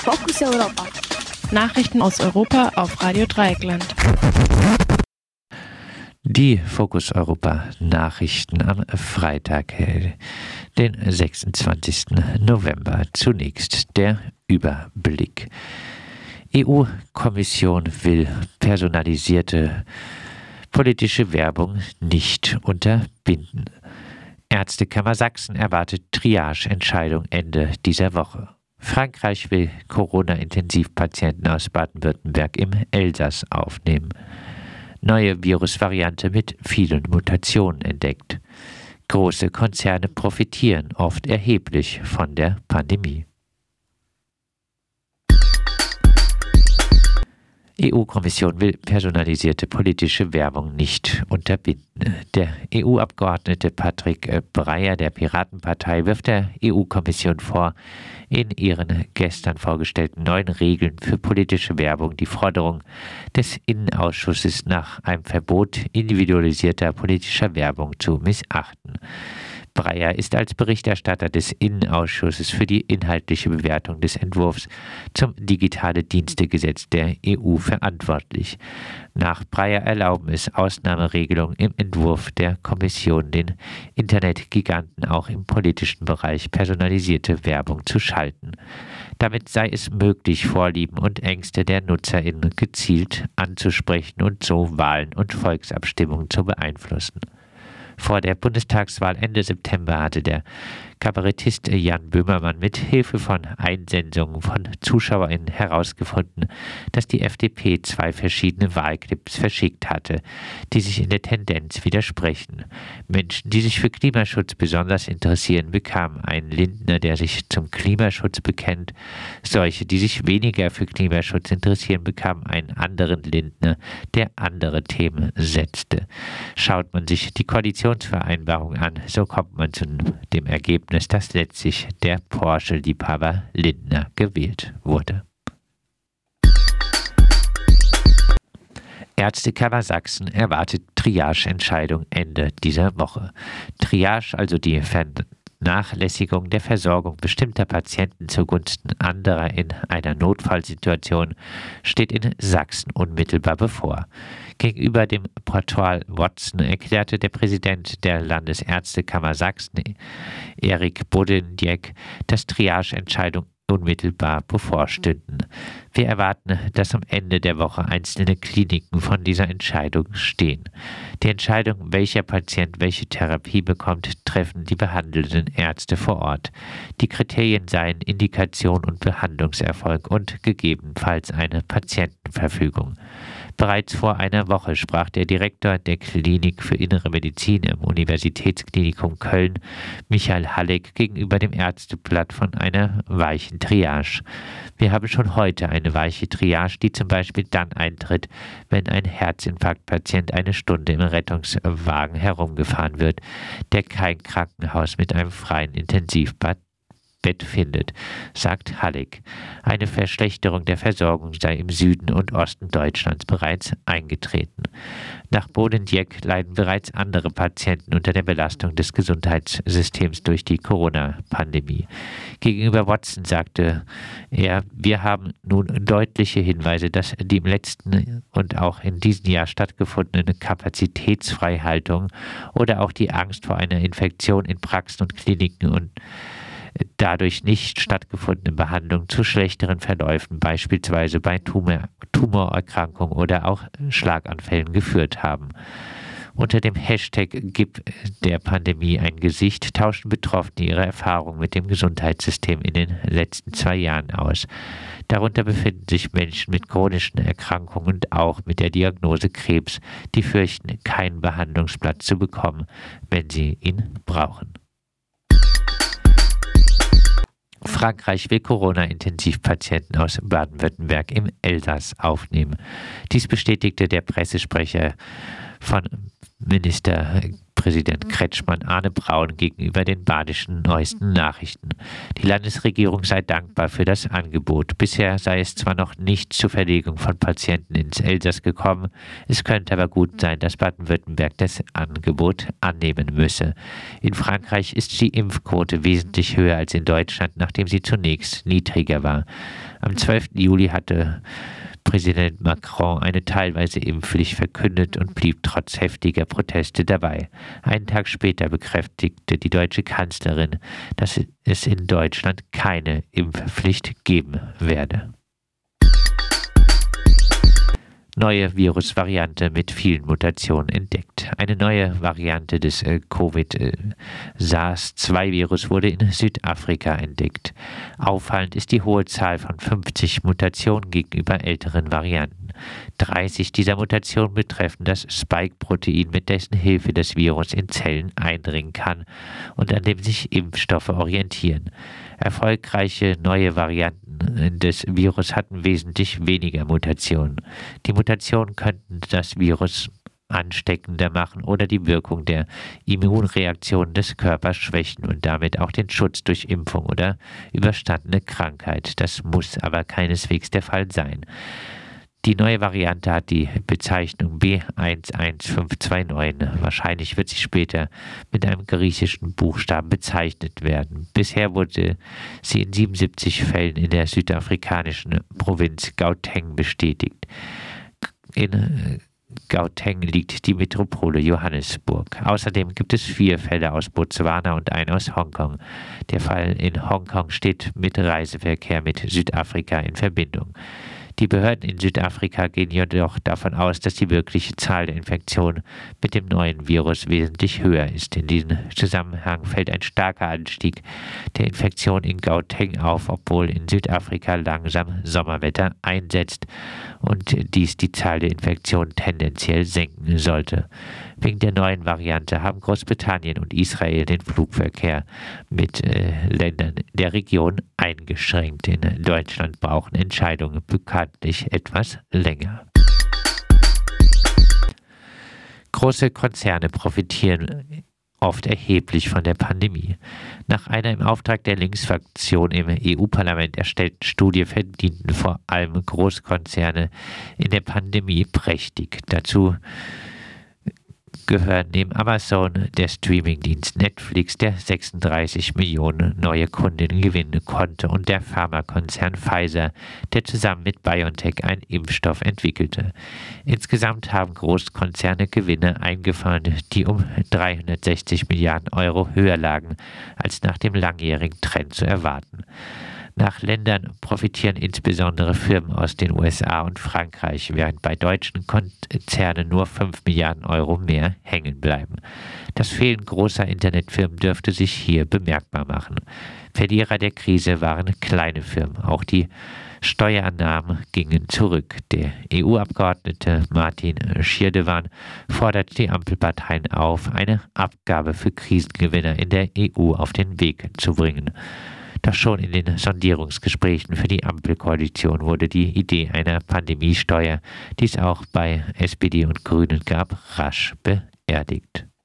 Fokus Europa. Nachrichten aus Europa auf Radio Dreieckland. Die Fokus Europa Nachrichten am Freitag, den 26. November. Zunächst der Überblick. EU-Kommission will personalisierte politische Werbung nicht unterbinden. Ärztekammer Sachsen erwartet Triage-Entscheidung Ende dieser Woche. Frankreich will Corona-Intensivpatienten aus Baden-Württemberg im Elsass aufnehmen. Neue Virusvariante mit vielen Mutationen entdeckt. Große Konzerne profitieren oft erheblich von der Pandemie. EU-Kommission will personalisierte politische Werbung nicht unterbinden. Der EU-Abgeordnete Patrick Breyer der Piratenpartei wirft der EU-Kommission vor, in ihren gestern vorgestellten neuen Regeln für politische Werbung die Forderung des Innenausschusses nach einem Verbot individualisierter politischer Werbung zu missachten. Breyer ist als Berichterstatter des Innenausschusses für die inhaltliche Bewertung des Entwurfs zum Digitale-Dienste-Gesetz der EU verantwortlich. Nach Breyer erlauben es Ausnahmeregelungen im Entwurf der Kommission, den Internetgiganten auch im politischen Bereich personalisierte Werbung zu schalten. Damit sei es möglich, Vorlieben und Ängste der NutzerInnen gezielt anzusprechen und so Wahlen und Volksabstimmungen zu beeinflussen. Vor der Bundestagswahl Ende September hatte der Kabarettist Jan Böhmermann mit Hilfe von Einsendungen von ZuschauerInnen herausgefunden, dass die FDP 2 verschiedene Wahlclips verschickt hatte, die sich in der Tendenz widersprechen. Menschen, die sich für Klimaschutz besonders interessieren, bekamen einen Lindner, der sich zum Klimaschutz bekennt. Solche, die sich weniger für Klimaschutz interessieren, bekamen einen anderen Lindner, der andere Themen setzte. Schaut man sich die Koalitionsvereinbarung an, so kommt man zu dem Ergebnis, dass letztlich der Porsche-Liebhaber Lindner gewählt wurde. Ärztekammer Sachsen erwartet Triage-Entscheidung Ende dieser Woche. Triage, also die Vernachlässigung der Versorgung bestimmter Patienten zugunsten anderer in einer Notfallsituation, steht in Sachsen unmittelbar bevor. Gegenüber dem Portal Watson erklärte der Präsident der Landesärztekammer Sachsen, Erik Bodendieck, dass Triage-Entscheidungen unmittelbar bevorstünden. Wir erwarten, dass am Ende der Woche einzelne Kliniken von dieser Entscheidung stehen. Die Entscheidung, welcher Patient welche Therapie bekommt, treffen die behandelnden Ärzte vor Ort. Die Kriterien seien Indikation und Behandlungserfolg und gegebenenfalls eine Patientenverfügung. Bereits vor einer Woche sprach der Direktor der Klinik für Innere Medizin im Universitätsklinikum Köln, Michael Halleck, gegenüber dem Ärzteblatt von einer weichen Triage. Wir haben schon heute eine weiche Triage, die zum Beispiel dann eintritt, wenn ein Herzinfarktpatient eine Stunde im Rettungswagen herumgefahren wird, der kein Krankenhaus mit einem freien Intensivbett findet, sagt Halleck. Eine Verschlechterung der Versorgung sei im Süden und Osten Deutschlands bereits eingetreten. Nach Bodendieck leiden bereits andere Patienten unter der Belastung des Gesundheitssystems durch die Corona-Pandemie. Gegenüber Watson sagte er, wir haben nun deutliche Hinweise, dass die im letzten und auch in diesem Jahr stattgefundene Kapazitätsfreihaltung oder auch die Angst vor einer Infektion in Praxen und Kliniken und dadurch nicht stattgefundene Behandlung zu schlechteren Verläufen, beispielsweise bei Tumorerkrankungen oder auch Schlaganfällen geführt haben. Unter dem Hashtag Gib der Pandemie ein Gesicht tauschen Betroffene ihre Erfahrungen mit dem Gesundheitssystem in den letzten 2 Jahren aus. Darunter befinden sich Menschen mit chronischen Erkrankungen und auch mit der Diagnose Krebs, die fürchten, keinen Behandlungsplatz zu bekommen, wenn sie ihn brauchen. Frankreich will Corona-Intensivpatienten aus Baden-Württemberg im Elsass aufnehmen. Dies bestätigte der Pressesprecher von Ministerpräsident Ministerpräsident Kretschmann Arne Braun gegenüber den Badischen Neuesten Nachrichten. Die Landesregierung sei dankbar für das Angebot. Bisher sei es zwar noch nicht zur Verlegung von Patienten ins Elsass gekommen, es könnte aber gut sein, dass Baden-Württemberg das Angebot annehmen müsse. In Frankreich ist die Impfquote wesentlich höher als in Deutschland, nachdem sie zunächst niedriger war. Am 12. Juli hatte Präsident Macron eine teilweise Impfpflicht verkündet und blieb trotz heftiger Proteste dabei. Einen Tag später bekräftigte die deutsche Kanzlerin, dass es in Deutschland keine Impfpflicht geben werde. Neue Virusvariante mit vielen Mutationen entdeckt. Eine neue Variante des Covid-SARS-2-Virus wurde in Südafrika entdeckt. Auffallend ist die hohe Zahl von 50 Mutationen gegenüber älteren Varianten. 30 dieser Mutationen betreffen das Spike-Protein, mit dessen Hilfe das Virus in Zellen eindringen kann und an dem sich Impfstoffe orientieren. Erfolgreiche neue Varianten des Virus hatten wesentlich weniger Mutationen. Die Mutationen könnten das Virus ansteckender machen oder die Wirkung der Immunreaktion des Körpers schwächen und damit auch den Schutz durch Impfung oder überstandene Krankheit. Das muss aber keineswegs der Fall sein. Die neue Variante hat die Bezeichnung B11529. Wahrscheinlich wird sie später mit einem griechischen Buchstaben bezeichnet werden. Bisher wurde sie in 77 Fällen in der südafrikanischen Provinz Gauteng bestätigt. In Gauteng liegt die Metropole Johannesburg. Außerdem gibt es 4 Fälle aus Botswana und einen aus Hongkong. Der Fall in Hongkong steht mit Reiseverkehr mit Südafrika in Verbindung. Die Behörden in Südafrika gehen jedoch davon aus, dass die wirkliche Zahl der Infektionen mit dem neuen Virus wesentlich höher ist. In diesem Zusammenhang fällt ein starker Anstieg der Infektion in Gauteng auf, obwohl in Südafrika langsam Sommerwetter einsetzt und dies die Zahl der Infektionen tendenziell senken sollte. Wegen der neuen Variante haben Großbritannien und Israel den Flugverkehr mit Ländern der Region eingeschränkt. In Deutschland brauchen Entscheidungen bekanntlich etwas länger. Große Konzerne profitieren oft erheblich von der Pandemie. Nach einer im Auftrag der Linksfraktion im EU-Parlament erstellten Studie verdienten vor allem Großkonzerne in der Pandemie prächtig. Dazu gehören neben Amazon der Streamingdienst Netflix, der 36 Millionen neue Kundinnen gewinnen konnte, und der Pharmakonzern Pfizer, der zusammen mit BioNTech einen Impfstoff entwickelte. Insgesamt haben Großkonzerne Gewinne eingefahren, die um 360 Milliarden Euro höher lagen, als nach dem langjährigen Trend zu erwarten. Nach Ländern profitieren insbesondere Firmen aus den USA und Frankreich, während bei deutschen Konzernen nur 5 Milliarden Euro mehr hängen bleiben. Das Fehlen großer Internetfirmen dürfte sich hier bemerkbar machen. Verlierer der Krise waren kleine Firmen. Auch die Steuereinnahmen gingen zurück. Der EU-Abgeordnete Martin Schirdewan fordert die Ampelparteien auf, eine Abgabe für Krisengewinner in der EU auf den Weg zu bringen. Doch schon in den Sondierungsgesprächen für die Ampelkoalition wurde die Idee einer Pandemiesteuer, die es auch bei SPD und Grünen gab, rasch beerdigt.